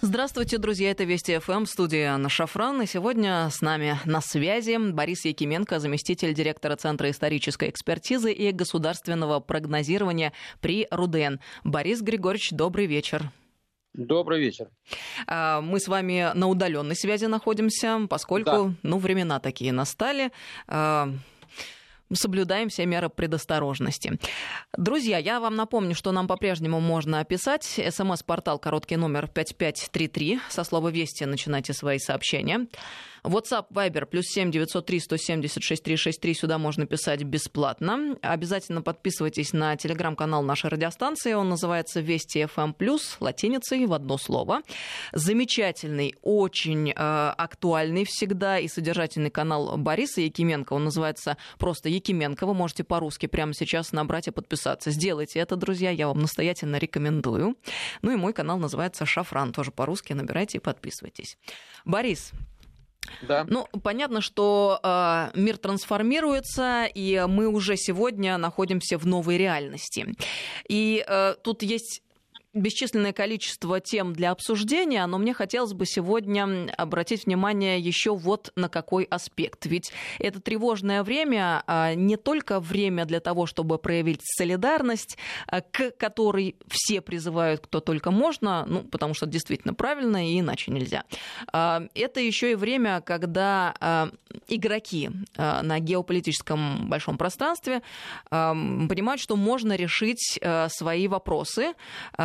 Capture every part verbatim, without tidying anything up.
Здравствуйте, друзья, это Вести ФМ, студия Анна Шафран. И сегодня с нами на связи Борис Якименко, заместитель директора Центра исторической экспертизы и государственного прогнозирования при РУДН. Борис Григорьевич, добрый вечер. Добрый вечер. Мы с вами на удаленной связи находимся, поскольку да. ну, времена такие настали. Соблюдаем все меры предосторожности. Друзья, я вам напомню, что нам по-прежнему можно писать. СМС-портал короткий номер пять пять три три. Со слова «Вести» начинайте свои сообщения. WhatsApp, Viber, плюс семь девятьсот три сто семьдесят шесть триста шестьдесят три. Сюда можно писать бесплатно. Обязательно подписывайтесь на телеграм-канал нашей радиостанции. Он называется Вести ФМ плюс, латиницей в одно слово. Замечательный, очень э, актуальный всегда и содержательный канал Бориса Якименко. Он называется просто Якименко. Вы можете по-русски прямо сейчас набрать и подписаться. Сделайте это, друзья, я вам настоятельно рекомендую. Ну и мой канал называется Шафран. Тоже по-русски набирайте и подписывайтесь. Борис, да. Ну, понятно, что э, мир трансформируется, и мы уже сегодня находимся в новой реальности. И э, тут есть бесчисленное количество тем для обсуждения, но мне хотелось бы сегодня обратить внимание еще вот на какой аспект. Ведь это тревожное время не только время для того, чтобы проявить солидарность, к которой все призывают, кто только можно, ну, потому что это действительно правильно и иначе нельзя. Это еще и время, когда игроки на геополитическом большом пространстве понимают, что можно решить свои вопросы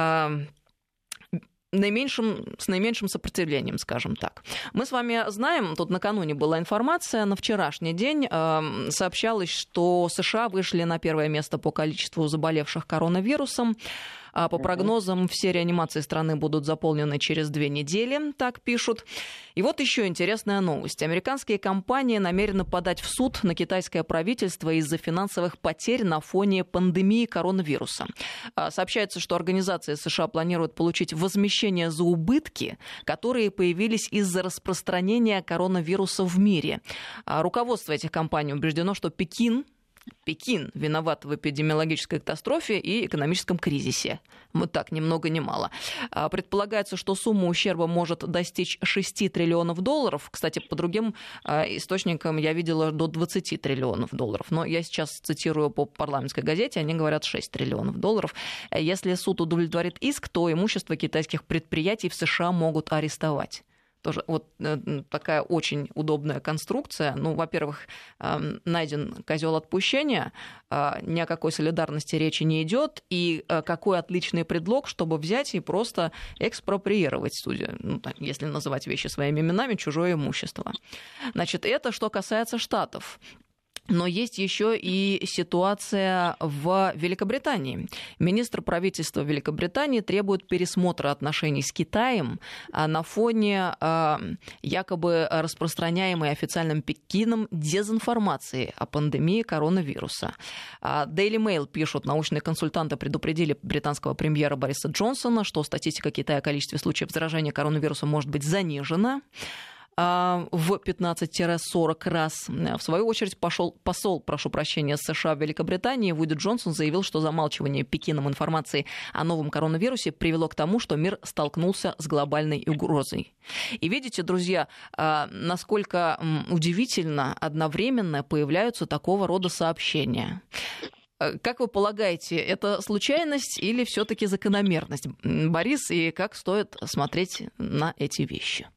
наименьшим, с наименьшим сопротивлением, скажем так. Мы с вами знаем, тут накануне была информация, на вчерашний день э, сообщалось, что США вышли на первое место по количеству заболевших коронавирусом. А по прогнозам, все реанимации страны будут заполнены через две недели, так пишут. И вот еще интересная новость. Американские компании намерены подать в суд на китайское правительство из-за финансовых потерь на фоне пандемии коронавируса. Сообщается, что организации США планируют получить возмещение за убытки, которые появились из-за распространения коронавируса в мире. Руководство этих компаний убеждено, что Пекин Пекин виноват в эпидемиологической катастрофе и экономическом кризисе. Вот так, ни много ни мало. Предполагается, что сумма ущерба может достичь шесть триллионов долларов. Кстати, по другим источникам я видела до двадцать триллионов долларов. Но я сейчас цитирую по парламентской газете, они говорят шесть триллионов долларов. Если суд удовлетворит иск, то имущество китайских предприятий в США могут арестовать. Тоже вот такая очень удобная конструкция. Ну, во-первых, найден козел отпущения, ни о какой солидарности речи не идет, и какой отличный предлог, чтобы взять и просто экспроприировать, судя, ну, если называть вещи своими именами, чужое имущество. Значит, это что касается Штатов. Но есть еще и ситуация в Великобритании. Министр правительства Великобритании требует пересмотра отношений с Китаем на фоне якобы распространяемой официальным Пекином дезинформации о пандемии коронавируса. Daily Mail пишут, научные консультанты предупредили британского премьера Бориса Джонсона, что статистика Китая о количестве случаев заражения коронавирусом может быть занижена в пятнадцать-сорок раз. В свою очередь пошел, посол, прошу прощения, США в Великобритании Вуди Джонсон заявил, что замалчивание Пекином информации о новом коронавирусе привело к тому, что мир столкнулся с глобальной угрозой. И видите, друзья, насколько удивительно одновременно появляются такого рода сообщения. Как вы полагаете, это случайность или все-таки закономерность, Борис, и как стоит смотреть на эти вещи?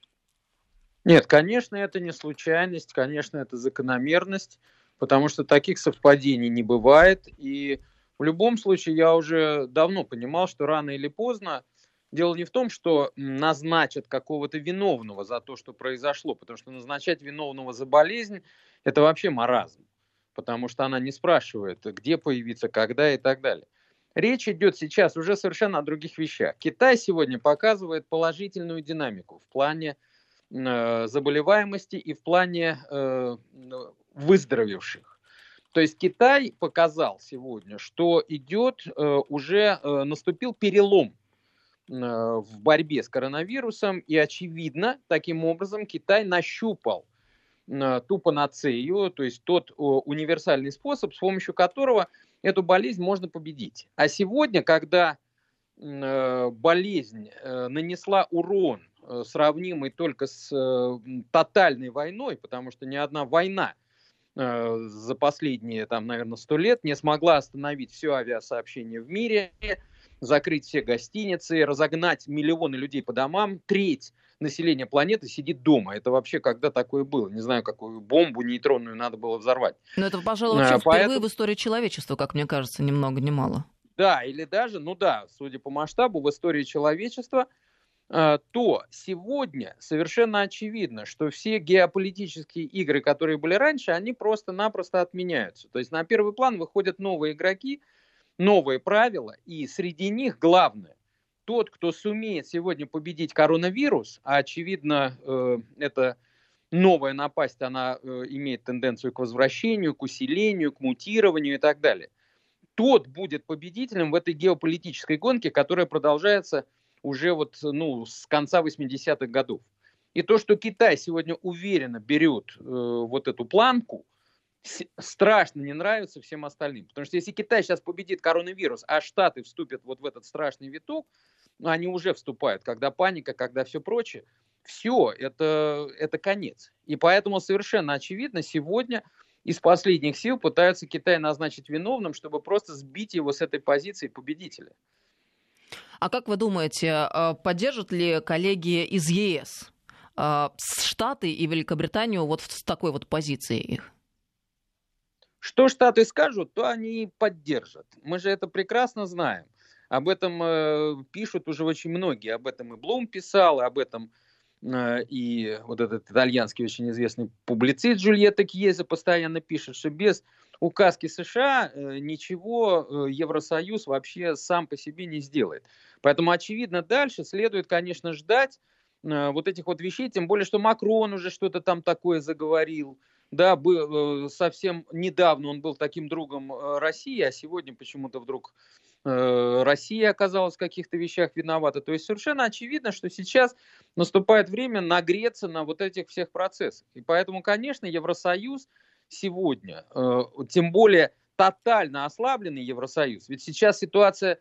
Нет, конечно, это не случайность, конечно, это закономерность, потому что таких совпадений не бывает. И в любом случае я уже давно понимал, что рано или поздно дело не в том, что назначат какого-то виновного за то, что произошло, потому что назначать виновного за болезнь – это вообще маразм, потому что она не спрашивает, где появиться, когда и так далее. Речь идет сейчас уже совершенно о других вещах. Китай сегодня показывает положительную динамику в плане заболеваемости и в плане э, выздоровевших. То есть Китай показал сегодня, что идет, э, уже э, наступил перелом э, в борьбе с коронавирусом, и очевидно, таким образом Китай нащупал э, ту панацею, то есть тот э, универсальный способ, с помощью которого эту болезнь можно победить. А сегодня, когда болезнь нанесла урон, сравнимый только с тотальной войной, потому что ни одна война за последние, там, наверное, сто лет не смогла остановить все авиасообщение в мире, закрыть все гостиницы, разогнать миллионы людей по домам. Треть населения планеты сидит дома. Это вообще когда такое было? Не знаю, какую бомбу нейтронную надо было взорвать. Но это, пожалуй, вообще Поэтому... впервые в истории человечества, как мне кажется, ни много ни мало. Да, или даже, ну да, судя по масштабу, в истории человечества, то сегодня совершенно очевидно, что все геополитические игры, которые были раньше, они просто-напросто отменяются. То есть на первый план выходят новые игроки, новые правила, и среди них главное, тот, кто сумеет сегодня победить коронавирус, а очевидно, эта новая напасть, она имеет тенденцию к возвращению, к усилению, к мутированию и так далее, тот будет победителем в этой геополитической гонке, которая продолжается уже вот, ну, с конца восьмидесятых годов. И то, что Китай сегодня уверенно берет э, вот эту планку, с- страшно не нравится всем остальным. Потому что если Китай сейчас победит коронавирус, а Штаты вступят вот в этот страшный виток, ну, они уже вступают, когда паника, когда все прочее, все, это, это конец. И поэтому совершенно очевидно, сегодня из последних сил пытаются Китай назначить виновным, чтобы просто сбить его с этой позиции победителя. А как вы думаете, поддержат ли коллеги из ЕС Штаты и Великобританию вот в такой вот позиции их? Что Штаты скажут, то они и поддержат. Мы же это прекрасно знаем. Об этом э, пишут уже очень многие. Об этом и Блум писал, об этом э, и вот этот итальянский очень известный публицист Джульетта Кьезе постоянно пишет, что без указки США э, ничего э, Евросоюз вообще сам по себе не сделает. Поэтому, очевидно, дальше следует, конечно, ждать э, вот этих вот вещей, тем более, что Макрон уже что-то там такое заговорил. Да, был, э, совсем недавно он был таким другом э, России, а сегодня почему-то вдруг э, Россия оказалась в каких-то вещах виновата. То есть совершенно очевидно, что сейчас наступает время нагреться на вот этих всех процессах. И поэтому, конечно, Евросоюз сегодня, э, тем более тотально ослабленный Евросоюз, ведь сейчас ситуация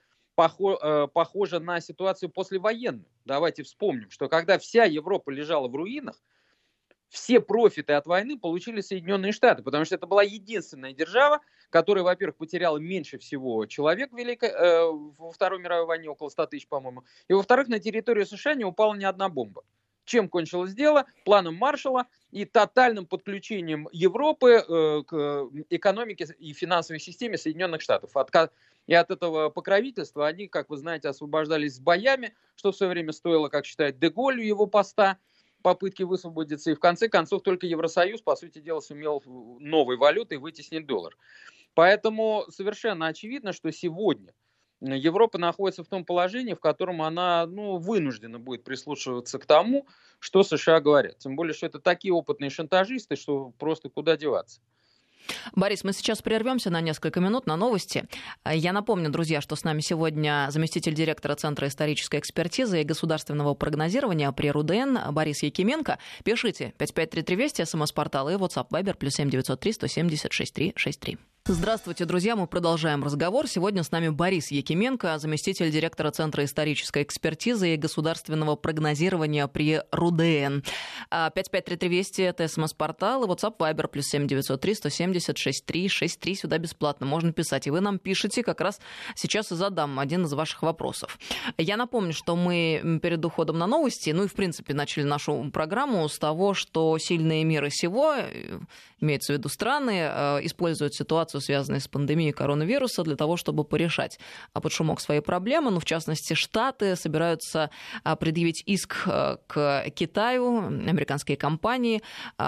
похожа на ситуацию послевоенную. Давайте вспомним, что когда вся Европа лежала в руинах, все профиты от войны получили Соединенные Штаты, потому что это была единственная держава, которая, во-первых, потеряла меньше всего человек в Великой, э, во Второй мировой войне, около ста тысяч, по-моему, и, во-вторых, на территорию США не упала ни одна бомба. Чем кончилось дело? Планом Маршалла и тотальным подключением Европы э, к экономике и финансовой системе Соединенных Штатов. От, и от этого покровительства они, как вы знаете, освобождались с боями, что в свое время стоило, как считает Де-Голлю, его поста, попытки высвободиться. И в конце концов только Евросоюз, по сути дела, сумел новой валютой вытеснить доллар. Поэтому совершенно очевидно, что сегодня Европа находится в том положении, в котором она, ну, вынуждена будет прислушиваться к тому, что США говорят. Тем более, что это такие опытные шантажисты, что просто куда деваться. Борис, мы сейчас прервемся на несколько минут на новости. Я напомню, друзья, что с нами сегодня заместитель директора Центра исторической экспертизы и государственного прогнозирования при РУДН Борис Якименко. Пишите пять пять три три Вести, СМС-портал и WhatsApp Viber плюс семь девятьсот три сто семьдесят шесть три шесть три. Здравствуйте, друзья, мы продолжаем разговор. Сегодня с нами Борис Якименко, заместитель директора Центра исторической экспертизы и государственного прогнозирования при РУДН. пять пять три три Вести, это СМС-портал, и WhatsApp Viber плюс семь девятьсот три сто семьдесят шесть три шесть три, сюда бесплатно можно писать. И вы нам пишете, как раз сейчас и задам один из ваших вопросов. Я напомню, что мы перед уходом на новости, ну и в принципе начали нашу программу с того, что сильные миры сего, имеется в виду страны, используют ситуацию, связанные с пандемией коронавируса, для того, чтобы порешать под шумок свои проблемы. Ну, в частности, Штаты собираются предъявить иск к Китаю, американские компании,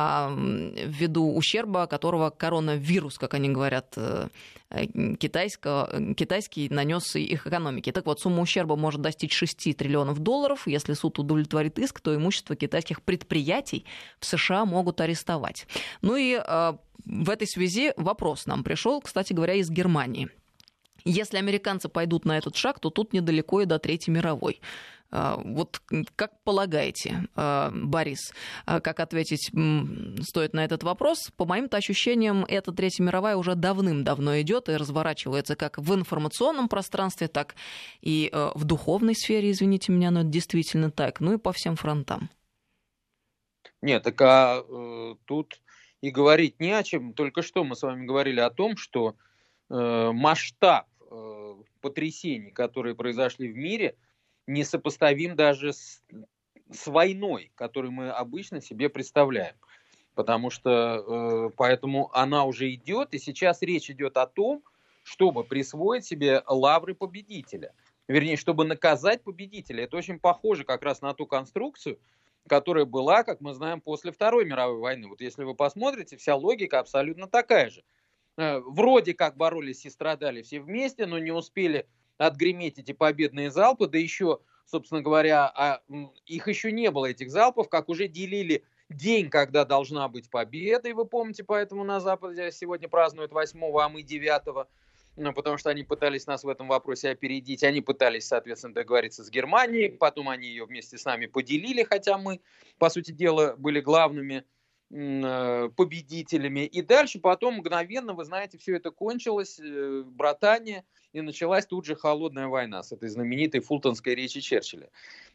ввиду ущерба, которого коронавирус, как они говорят, китайского, китайский нанес их экономике. Так вот, сумма ущерба может достичь шести триллионов долларов. Если суд удовлетворит иск, то имущество китайских предприятий в США могут арестовать. Ну и в этой связи вопрос нам пришел, кстати говоря, из Германии. Если американцы пойдут на этот шаг, то тут недалеко и до Третьей мировой. Вот как полагаете, Борис, как ответить стоит на этот вопрос? По моим-то ощущениям, эта Третья мировая уже давным-давно идет и разворачивается как в информационном пространстве, так и в духовной сфере, извините меня, но это действительно так, ну и по всем фронтам. Нет, так а э, тут и говорить не о чем. Только что мы с вами говорили о том, что э, масштаб э, потрясений, которые произошли в мире, несопоставим даже с, с войной, которую мы обычно себе представляем. Потому что э, поэтому она уже идет, и сейчас речь идет о том, чтобы присвоить себе лавры победителя. Вернее, чтобы наказать победителя. Это очень похоже как раз на ту конструкцию, которая была, как мы знаем, после Второй мировой войны. Вот если вы посмотрите, вся логика абсолютно такая же. Вроде как боролись и страдали все вместе, но не успели отгреметь эти победные залпы, да еще, собственно говоря, а их еще не было, этих залпов, как уже делили день, когда должна быть победа, и вы помните, поэтому на Западе сегодня празднуют восьмого, а мы девятого, ну, потому что они пытались нас в этом вопросе опередить, они пытались, соответственно, договориться с Германией, потом они ее вместе с нами поделили, хотя мы, по сути дела, были главными победителями. И дальше потом мгновенно, вы знаете, все это кончилось, братание, и началась тут же холодная война с этой знаменитой фултонской речи Черчилля.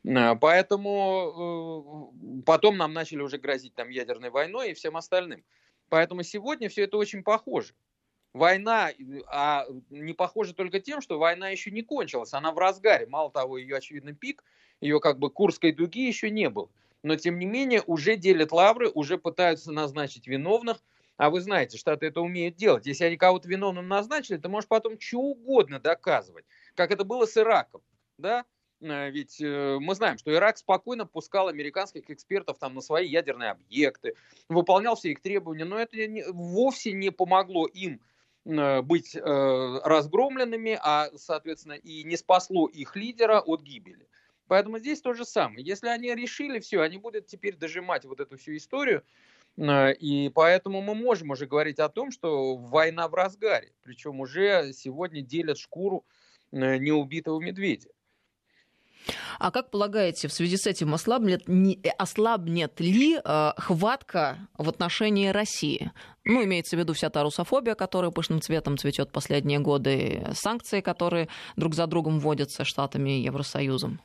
Поэтому потом нам начали уже грозить там ядерной войной и всем остальным. Поэтому сегодня все это очень похоже. Война, а не похоже только тем, что война еще не кончилась, она в разгаре. Мало того, ее очевидно пик, ее как бы Курской дуги еще не было. Но, тем не менее, уже делят лавры, уже пытаются назначить виновных. А вы знаете, Штаты это умеют делать. Если они кого-то виновным назначили, ты можешь потом что угодно доказывать. Как это было с Ираком. Да? Ведь мы знаем, что Ирак спокойно пускал американских экспертов там на свои ядерные объекты, выполнял все их требования, но это вовсе не помогло им быть разгромленными, а, соответственно, и не спасло их лидера от гибели. Поэтому здесь то же самое. Если они решили все, они будут теперь дожимать вот эту всю историю. И поэтому мы можем уже говорить о том, что война в разгаре. Причем уже сегодня делят шкуру неубитого медведя. А как полагаете, в связи с этим ослабнет, не, ослабнет ли э, хватка в отношении России? Ну, имеется в виду вся та русофобия, которая пышным цветом цветет последние годы, санкции, которые друг за другом вводятся Штатами и Евросоюзом.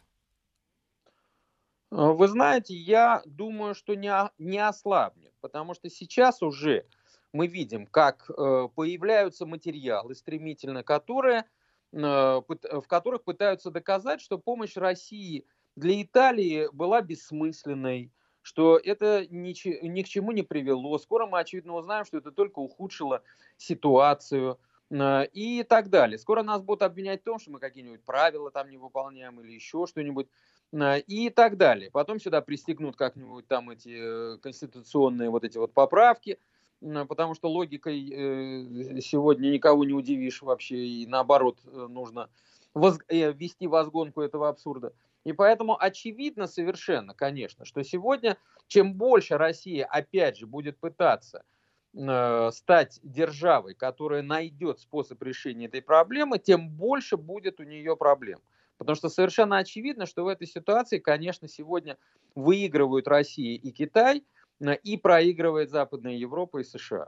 Вы знаете, я думаю, что не, не ослабнет, потому что сейчас уже мы видим, как э, появляются материалы стремительно, которые, э, в которых пытаются доказать, что помощь России для Италии была бессмысленной, что это ни, ни к чему не привело. Скоро мы, очевидно, узнаем, что это только ухудшило ситуацию э, и так далее. Скоро нас будут обвинять в том, что мы какие-нибудь правила там не выполняем или еще что-нибудь. И так далее. Потом сюда пристегнут как-нибудь там эти конституционные вот эти вот поправки, потому что логикой сегодня никого не удивишь вообще, и наоборот нужно воз... ввести возгонку этого абсурда. И поэтому очевидно совершенно, конечно, что сегодня чем больше Россия опять же будет пытаться стать державой, которая найдет способ решения этой проблемы, тем больше будет у нее проблем. Потому что совершенно очевидно, что в этой ситуации, конечно, сегодня выигрывают Россия и Китай, и проигрывает Западная Европа и США.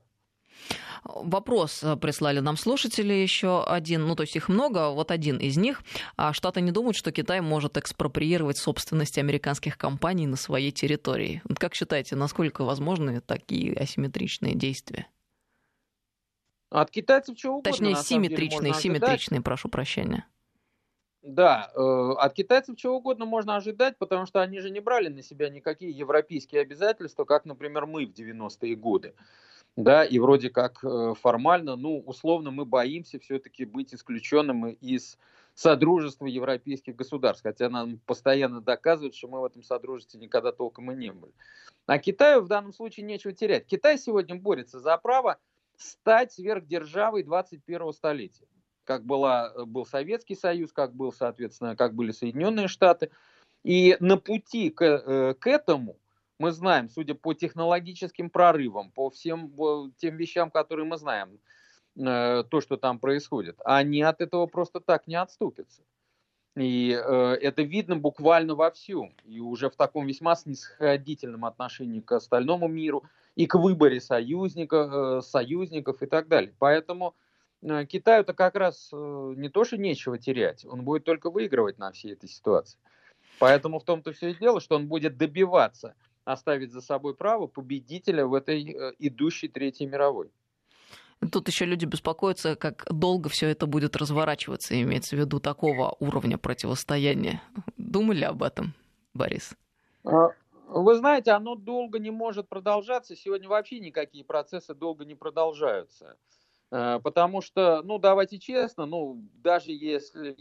Вопрос прислали нам слушатели еще один, ну то есть их много, вот один из них. Штаты не думают, что Китай может экспроприировать собственность американских компаний на своей территории. Вот как считаете, насколько возможны такие асимметричные действия? От китайцев чего угодно. Точнее, симметричные, симметричные, прошу прощения. Да, э, от китайцев чего угодно можно ожидать, потому что они же не брали на себя никакие европейские обязательства, как, например, мы в девяностые годы. Да, и вроде как э, формально, ну, условно, мы боимся все-таки быть исключенным из содружества европейских государств, хотя нам постоянно доказывают, что мы в этом содружестве никогда толком и не были. А Китаю в данном случае нечего терять. Китай сегодня борется за право стать сверхдержавой двадцать первого столетия. Как была, был Советский Союз, как был, соответственно, как были Соединенные Штаты. И на пути к, к этому, мы знаем, судя по технологическим прорывам, по всем по тем вещам, которые мы знаем, то, что там происходит, они от этого просто так не отступятся. И э, это видно буквально во всем. И уже в таком весьма снисходительном отношении к остальному миру, и к выборе союзника, э, союзников и так далее. Поэтому э, Китаю-то как раз э, не то, что нечего терять, он будет только выигрывать на всей этой ситуации. Поэтому в том-то все и дело, что он будет добиваться оставить за собой право победителя в этой э, идущей Третьей мировой. Тут еще люди беспокоятся, как долго все это будет разворачиваться, имеется в виду такого уровня противостояния. Думали об этом, Борис? Вы знаете, оно долго не может продолжаться. Сегодня вообще никакие процессы долго не продолжаются. Потому что, ну, давайте честно, ну, даже если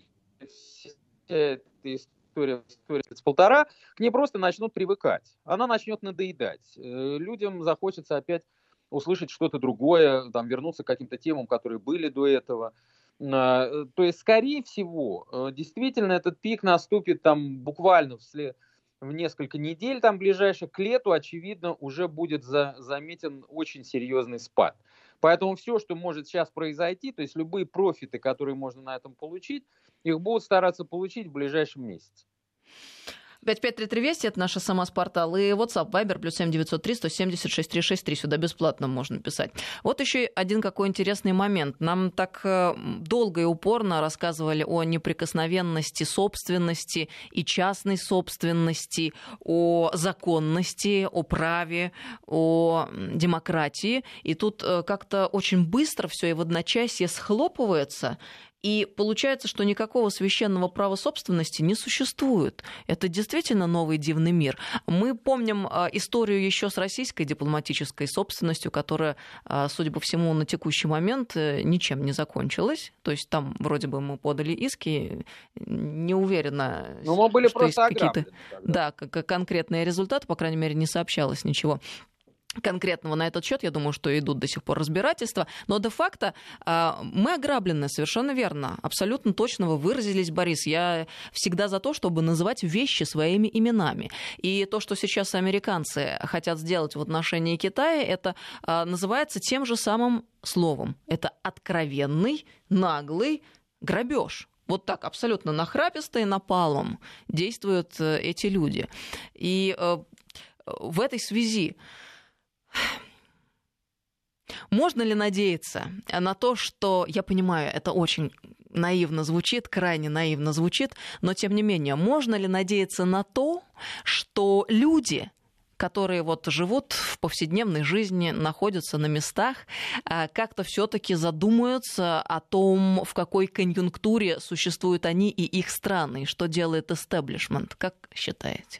эта история, история с полтора, к ней просто начнут привыкать. Она начнет надоедать. Людям захочется опять услышать что-то другое, там, вернуться к каким-то темам, которые были до этого. То есть, скорее всего, действительно этот пик наступит там буквально вслед, в несколько недель, там, ближайших к лету, очевидно, уже будет за, заметен очень серьезный спад. Поэтому все, что может сейчас произойти, то есть любые профиты, которые можно на этом получить, их будут стараться получить в ближайшем месяце. пять пять три три Вести, это наш СМС-портал, и WhatsApp, Viber, плюс семь девятьсот три сто семьдесят шесть триста шестьдесят три, сюда бесплатно можно писать. Вот еще один какой интересный момент. Нам так долго и упорно рассказывали о неприкосновенности собственности и частной собственности, о законности, о праве, о демократии, и тут как-то очень быстро все и в одночасье схлопывается. И получается, что никакого священного права собственности не существует. Это действительно новый дивный мир. Мы помним историю еще с российской дипломатической собственностью, которая, судя по всему, на текущий момент ничем не закончилась. То есть там вроде бы мы подали иски, не уверена, Но мы были что просто есть какие-то да, конкретные результаты, по крайней мере, не сообщалось ничего конкретного на этот счет. Я думаю, что идут до сих пор разбирательства. Но де-факто мы ограблены, совершенно верно. Абсолютно точно вы выразились, Борис. Я всегда за то, чтобы называть вещи своими именами. И то, что сейчас американцы хотят сделать в отношении Китая, это называется тем же самым словом. Это откровенный, наглый грабеж. Вот так абсолютно нахраписто и напалом действуют эти люди. И в этой связи можно ли надеяться на то, что, я понимаю, это очень наивно звучит, крайне наивно звучит, но тем не менее, можно ли надеяться на то, что люди, которые вот живут в повседневной жизни, находятся на местах, как-то все-таки задумаются о том, в какой конъюнктуре существуют они и их страны, и что делает истеблишмент? Как считаете?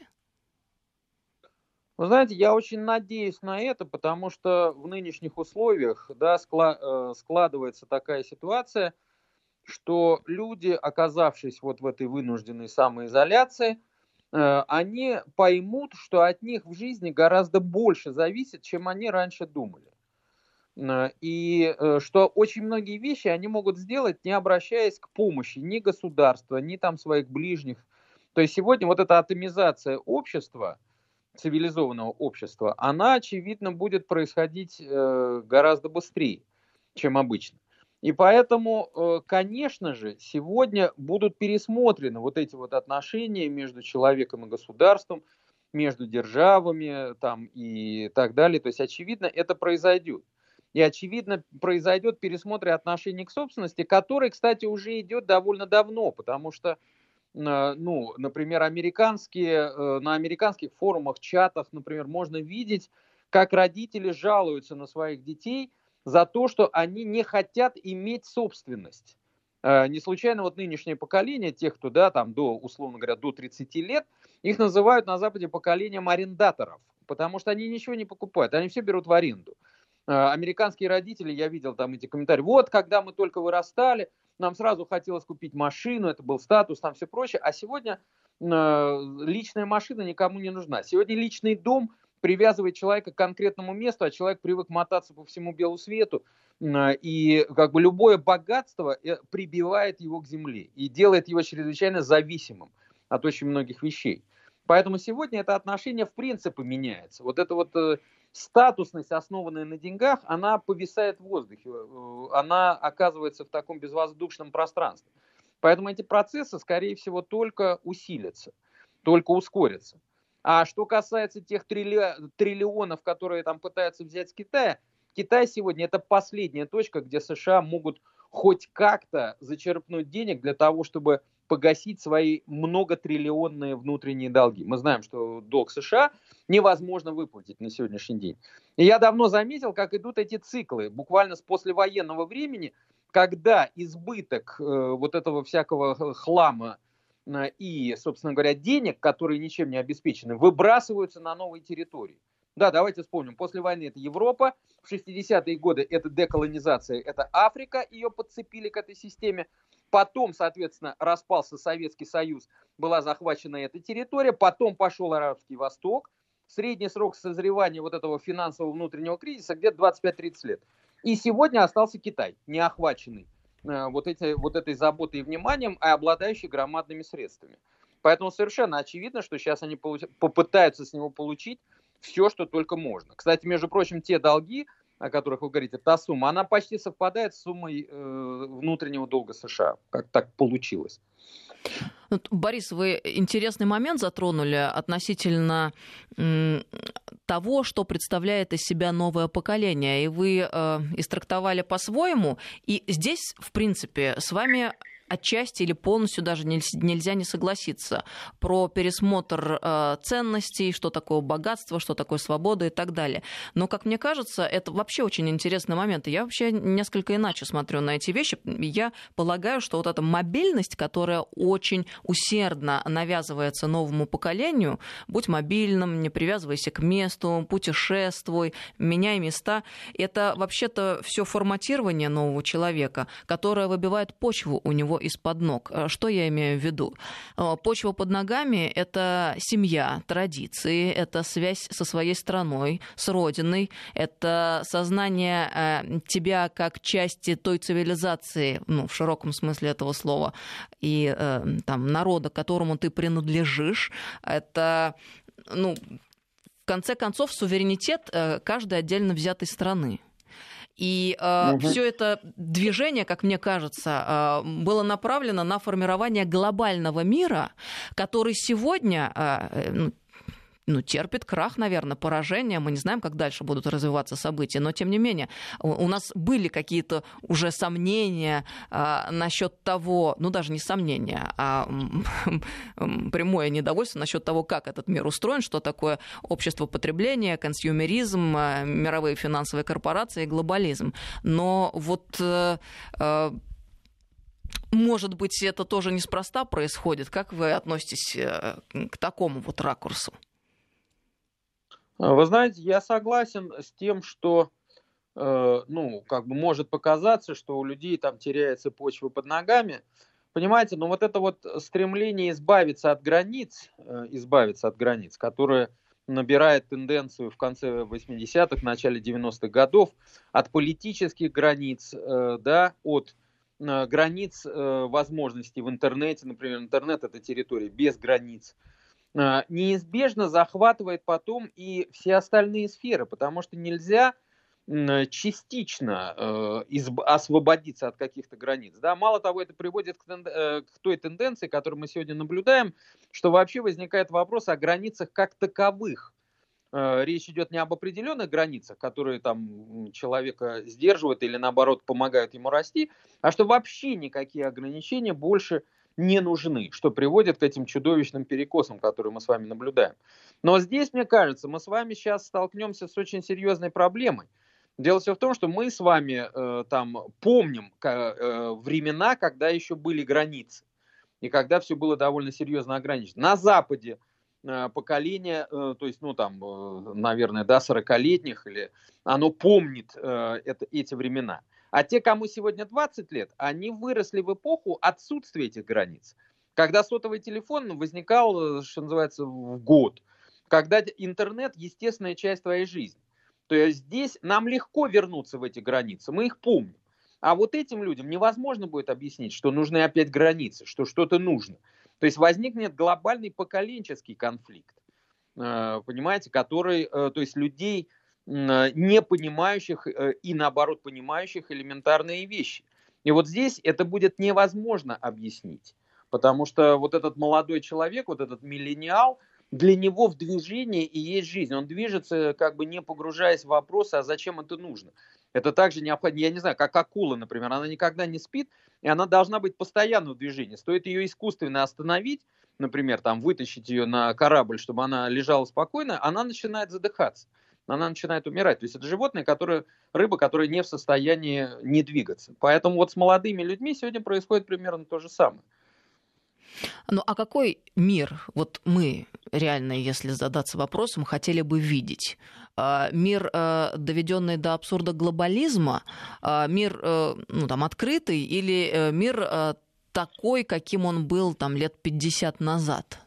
Вы знаете, я очень надеюсь на это, потому что в нынешних условиях, да, складывается такая ситуация, что люди, оказавшись вот в этой вынужденной самоизоляции, они поймут, что от них в жизни гораздо больше зависит, чем они раньше думали. И что очень многие вещи они могут сделать, не обращаясь к помощи ни государства, ни там своих ближних. То есть сегодня вот эта атомизация общества, цивилизованного общества, она, очевидно, будет происходить э, гораздо быстрее, чем обычно. И поэтому, э, конечно же, сегодня будут пересмотрены вот эти вот отношения между человеком и государством, между державами там, и так далее. То есть, очевидно, это произойдет. И, очевидно, произойдет пересмотр отношений к собственности, который, кстати, уже идет довольно давно, потому что ну, например, американские, на американских форумах, чатах, например, можно видеть, как родители жалуются на своих детей за то, что они не хотят иметь собственность. Не случайно вот нынешнее поколение, тех, кто, да, там, до, условно говоря, до тридцати лет, их называют на Западе поколением арендаторов, потому что они ничего не покупают, они все берут в аренду. Американские родители, я видел там эти комментарии, вот, когда мы только вырастали, нам сразу хотелось купить машину, это был статус, там все прочее, а сегодня э, личная машина никому не нужна. Сегодня личный дом привязывает человека к конкретному месту, а человек привык мотаться по всему белу свету, э, и как бы любое богатство прибивает его к земле и делает его чрезвычайно зависимым от очень многих вещей. Поэтому сегодня это отношение в принципе меняется. Вот это вот э, статусность, основанная на деньгах, она повисает в воздухе, она оказывается в таком безвоздушном пространстве. Поэтому эти процессы, скорее всего, только усилятся, только ускорятся. А что касается тех трилли... триллионов, которые там пытаются взять с Китая, Китай сегодня это последняя точка, где США могут хоть как-то зачерпнуть денег для того, чтобы погасить свои многотриллионные внутренние долги. Мы знаем, что долг США невозможно выплатить на сегодняшний день. И я давно заметил, как идут эти циклы, буквально с послевоенного времени, когда избыток э, вот этого всякого хлама э, и, собственно говоря, денег, которые ничем не обеспечены, выбрасываются на новые территории. Да, давайте вспомним. После войны это Европа, в шестидесятые годы это деколонизация, это Африка, ее подцепили к этой системе. Потом, соответственно, распался Советский Союз, была захвачена эта территория, потом пошел Арабский Восток. Средний срок созревания вот этого финансового внутреннего кризиса где-то двадцать пять-тридцать лет. И сегодня остался Китай, не охваченный э, вот, эти, вот этой заботой и вниманием, а обладающий громадными средствами. Поэтому совершенно очевидно, что сейчас они получ- попытаются с него получить все, что только можно. Кстати, между прочим, те долги, о которых вы говорите, та сумма, она почти совпадает с суммой э, внутреннего долга США. Как так получилось. Борис, вы интересный момент затронули относительно м, того, что представляет из себя новое поколение. И вы э, истрактовали по-своему. И здесь, в принципе, с вами отчасти или полностью даже нельзя не согласиться про пересмотр э, ценностей, что такое богатство, что такое свобода и так далее. Но, как мне кажется, это вообще очень интересный момент. И я вообще несколько иначе смотрю на эти вещи. Я полагаю, что вот эта мобильность, которая очень усердно навязывается новому поколению, будь мобильным, не привязывайся к месту, путешествуй, меняй места, это вообще-то все форматирование нового человека, которое выбивает почву у него из-под ног. Что я имею в виду? Почва под ногами — это семья, традиции, это связь со своей страной, с родиной, это сознание тебя как части той цивилизации, ну, в широком смысле этого слова, и там, народа, к которому ты принадлежишь. Это, ну, в конце концов, суверенитет каждой отдельно взятой страны. И э, угу. все это движение, как мне кажется, э, было направлено на формирование глобального мира, который сегодня э, ну, ну, терпит крах, наверное, поражение. Мы не знаем, как дальше будут развиваться события, но тем не менее у, у нас были какие-то уже сомнения э, насчет того, ну даже не сомнения, а прямое недовольство насчет того, как этот мир устроен, что такое общество потребления, консюмеризм, э, мировые финансовые корпорации и глобализм. Но вот э, э, может быть, это тоже неспроста происходит. Как вы относитесь э, к такому вот ракурсу? Вы знаете, я согласен с тем, что, э, ну, как бы может показаться, что у людей там теряется почва под ногами. Понимаете, но вот это вот стремление избавиться от границ, э, избавиться от границ, которое набирает тенденцию в конце восьмидесятых, начале девяностых годов, от политических границ, э, да, от э, границ э, возможностей в интернете, например, интернет — это территория без границ, неизбежно захватывает потом и все остальные сферы, потому что нельзя частично освободиться от каких-то границ. Да? Мало того, это приводит к, тен... к той тенденции, которую мы сегодня наблюдаем, что вообще возникает вопрос о границах как таковых. Речь идет не об определенных границах, которые там человека сдерживают или наоборот помогают ему расти, а что вообще никакие ограничения больше не нужны, что приводит к этим чудовищным перекосам, которые мы с вами наблюдаем. Но здесь, мне кажется, мы с вами сейчас столкнемся с очень серьезной проблемой. Дело все в том, что мы с вами э, там помним э, времена, когда еще были границы, и когда все было довольно серьезно ограничено. На Западе э, поколение, э, то есть, ну там, э, наверное, до сорокалетних, или оно помнит э, это, эти времена. А те, кому сегодня двадцать лет, они выросли в эпоху отсутствия этих границ. Когда сотовый телефон возникал, что называется, в год. Когда интернет – естественная часть твоей жизни. То есть здесь нам легко вернуться в эти границы, мы их помним. А вот этим людям невозможно будет объяснить, что нужны опять границы, что что-то нужно. То есть возникнет глобальный поколенческий конфликт, понимаете, который, то есть людей, не понимающих и наоборот понимающих элементарные вещи. И вот здесь это будет невозможно объяснить, потому что вот этот молодой человек, вот этот миллениал, для него в движении и есть жизнь. Он движется, как бы не погружаясь в вопросы, а зачем это нужно. Это также необходимо, я не знаю, как акула, например, она никогда не спит, и она должна быть постоянно в движении. Стоит ее искусственно остановить, например, там, вытащить ее на корабль, чтобы она лежала спокойно, она начинает задыхаться, она начинает умирать. То есть это животное, которое, рыба, которая не в состоянии не двигаться. Поэтому вот с молодыми людьми сегодня происходит примерно то же самое. Ну а какой мир, вот мы реально, если задаться вопросом, хотели бы видеть? Мир, доведенный до абсурда глобализма, мир, ну, там, открытый, или мир такой, каким он был там лет пятьдесят назад?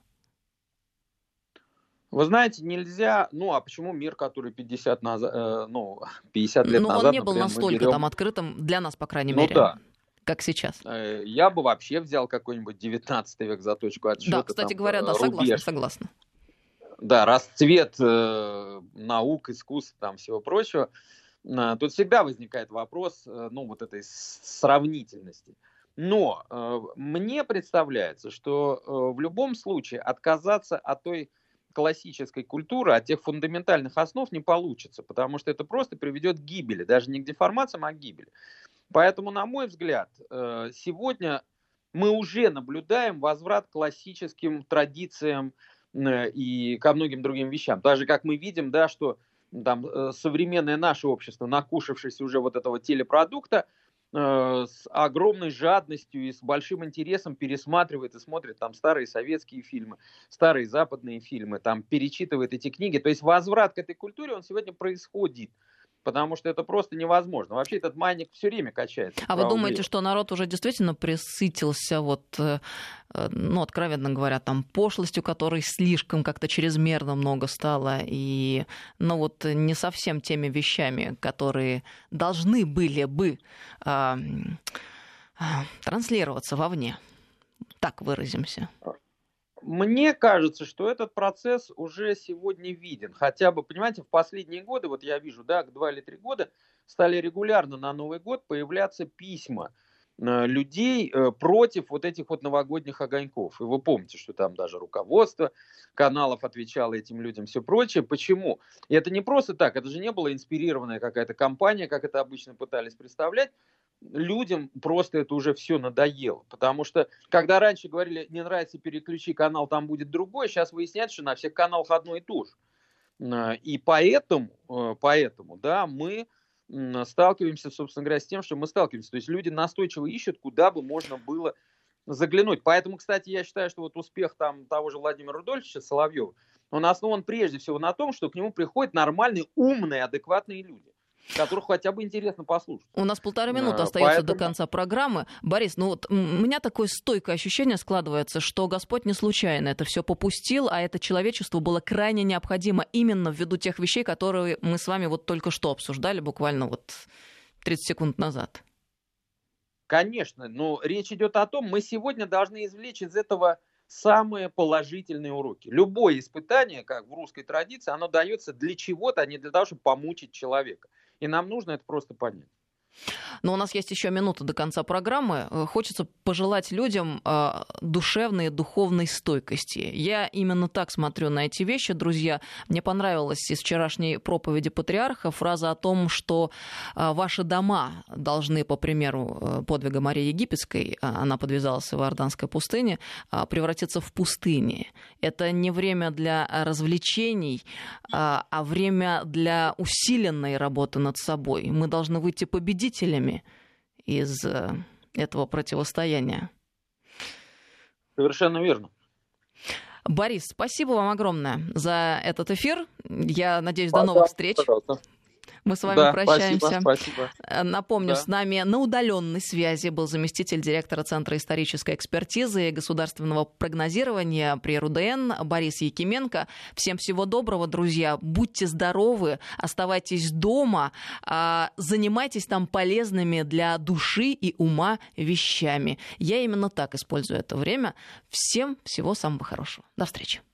Вы знаете, нельзя, ну а почему мир, который пятьдесят, назад, ну, пятьдесят лет ну, назад, он не был например, настолько берем... там открытым, для нас, по крайней ну, мере, да. как сейчас. Я бы вообще взял какой-нибудь девятнадцатый век за точку отсчета. Да, кстати там, говоря, да, рубеж. согласна, согласна. Да, расцвет э, наук, искусств, там, всего прочего. Э, тут всегда возникает вопрос, э, ну, вот этой сравнительности. Но э, мне представляется, что э, в любом случае отказаться от той классической культуры, от тех фундаментальных основ не получится, потому что это просто приведет к гибели, даже не к деформациям, а к гибели. Поэтому, на мой взгляд, э, сегодня мы уже наблюдаем возврат к классическим традициям и ко многим другим вещам. Так же, как мы видим, да, что там, современное наше общество, накушавшись уже вот этого телепродукта, э, с огромной жадностью и с большим интересом пересматривает и смотрит там старые советские фильмы, старые западные фильмы, там перечитывает эти книги. То есть возврат к этой культуре, он сегодня происходит. Потому что это просто невозможно. Вообще этот маятник все время качается. А вы думаете, что народ уже действительно пресытился, вот, ну, откровенно говоря, там, пошлостью, которой слишком как-то чрезмерно много стало, и, ну, вот, не совсем теми вещами, которые должны были бы э, э, транслироваться вовне? Так выразимся. Мне кажется, что этот процесс уже сегодня виден. Хотя бы, понимаете, в последние годы, вот я вижу, да, два или три года, стали регулярно на Новый год появляться письма людей против вот этих вот новогодних огоньков. И вы помните, что там даже руководство каналов отвечало этим людям, все прочее. Почему? И это не просто так, это же не была инспирированная какая-то кампания, как это обычно пытались представлять. Людям просто это уже все надоело. Потому что, когда раньше говорили, не нравится, переключи канал, там будет другой, сейчас выясняется, что на всех каналах одно и то же. И поэтому, поэтому, да, мы сталкиваемся, собственно говоря, с тем, что мы сталкиваемся. То есть люди настойчиво ищут, куда бы можно было заглянуть. Поэтому, кстати, я считаю, что вот успех там того же Владимира Рудольфовича Соловьева, он основан прежде всего на том, что к нему приходят нормальные, умные, адекватные люди, которых хотя бы интересно послушать. У нас полторы минуты остается Поэтому... до конца программы. Борис, ну вот у меня такое стойкое ощущение складывается, что Господь не случайно это все попустил, а это человечеству было крайне необходимо именно ввиду тех вещей, которые мы с вами вот только что обсуждали, буквально вот тридцать секунд назад. Конечно, но речь идет о том, мы сегодня должны извлечь из этого самые положительные уроки. Любое испытание, как в русской традиции, оно дается для чего-то, а не для того, чтобы помучить человека. И нам нужно это просто понять. Но у нас есть еще минута до конца программы. Хочется пожелать людям душевной и духовной стойкости. Я именно так смотрю на эти вещи, друзья. Мне понравилась из вчерашней проповеди патриарха фраза о том, что ваши дома должны, по примеру подвига Марии Египетской, она подвязалась в Иорданской пустыне, превратиться в пустыни. Это не время для развлечений, а время для усиленной работы над собой. Мы должны выйти победителями из этого противостояния. Совершенно верно. Борис, спасибо вам огромное за этот эфир. Я надеюсь, до новых встреч. Пожалуйста. Мы с вами да, прощаемся. Спасибо, спасибо. Напомню, да. С нами на удаленной связи был заместитель директора Центра исторической экспертизы и государственного прогнозирования при РУДН Борис Якименко. Всем всего доброго, друзья. Будьте здоровы, оставайтесь дома, занимайтесь там полезными для души и ума вещами. Я именно так использую это время. Всем всего самого хорошего. До встречи.